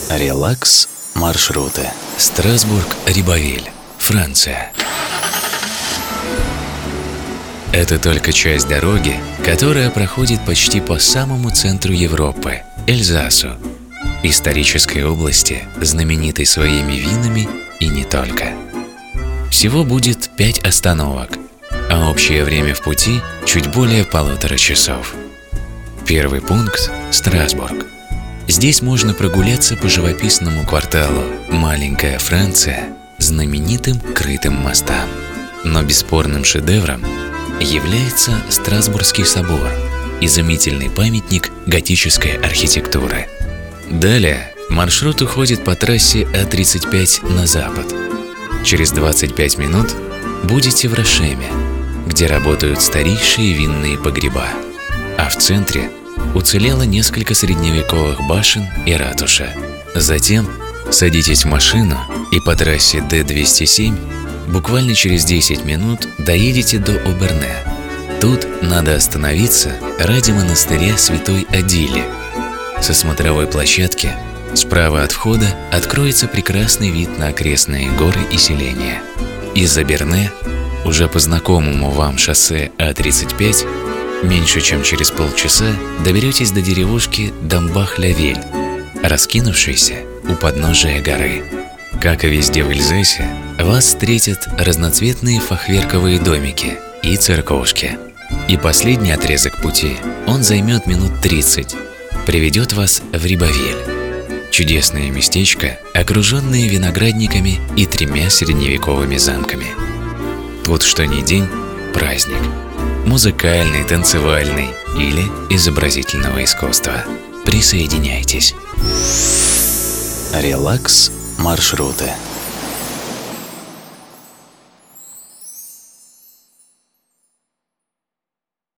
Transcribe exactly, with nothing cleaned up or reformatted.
Релакс маршруты. Страсбург-Рибавель, Франция. Это только часть дороги, которая проходит почти по самому центру Европы – Эльзасу, исторической области, знаменитой своими винами и не только. Всего будет пять остановок, а общее время в пути – чуть более полутора часов. Первый пункт – Страсбург. Здесь можно прогуляться по живописному кварталу «Маленькая Франция» знаменитым крытым мостам. Но бесспорным шедевром является Страсбургский собор, изумительный памятник готической архитектуры. Далее маршрут уходит по трассе А тридцать пять на запад. Через двадцать пять минут будете в Рошеме, где работают старейшие винные погреба, а в центре уцелело несколько средневековых башен и ратуша. Затем садитесь в машину и по трассе Д двести семь буквально через десять минут доедете до Оберне. Тут надо остановиться ради монастыря Святой Адили. Со смотровой площадки справа от входа откроется прекрасный вид на окрестные горы и селения. Из Оберне, уже по знакомому вам шоссе А тридцать пять, меньше чем через полчаса доберетесь до деревушки Дамбах-Лявель, раскинувшейся у подножия горы. Как и везде в Эльзасе, вас встретят разноцветные фахверковые домики и церковушки. И последний отрезок пути, он займет минут тридцать, приведет вас в Рибавель. Чудесное местечко, окруженное виноградниками и тремя средневековыми замками. Тут что ни день – праздник. Музыкальный, танцевальный или изобразительного искусства. Присоединяйтесь. Релакс маршруты.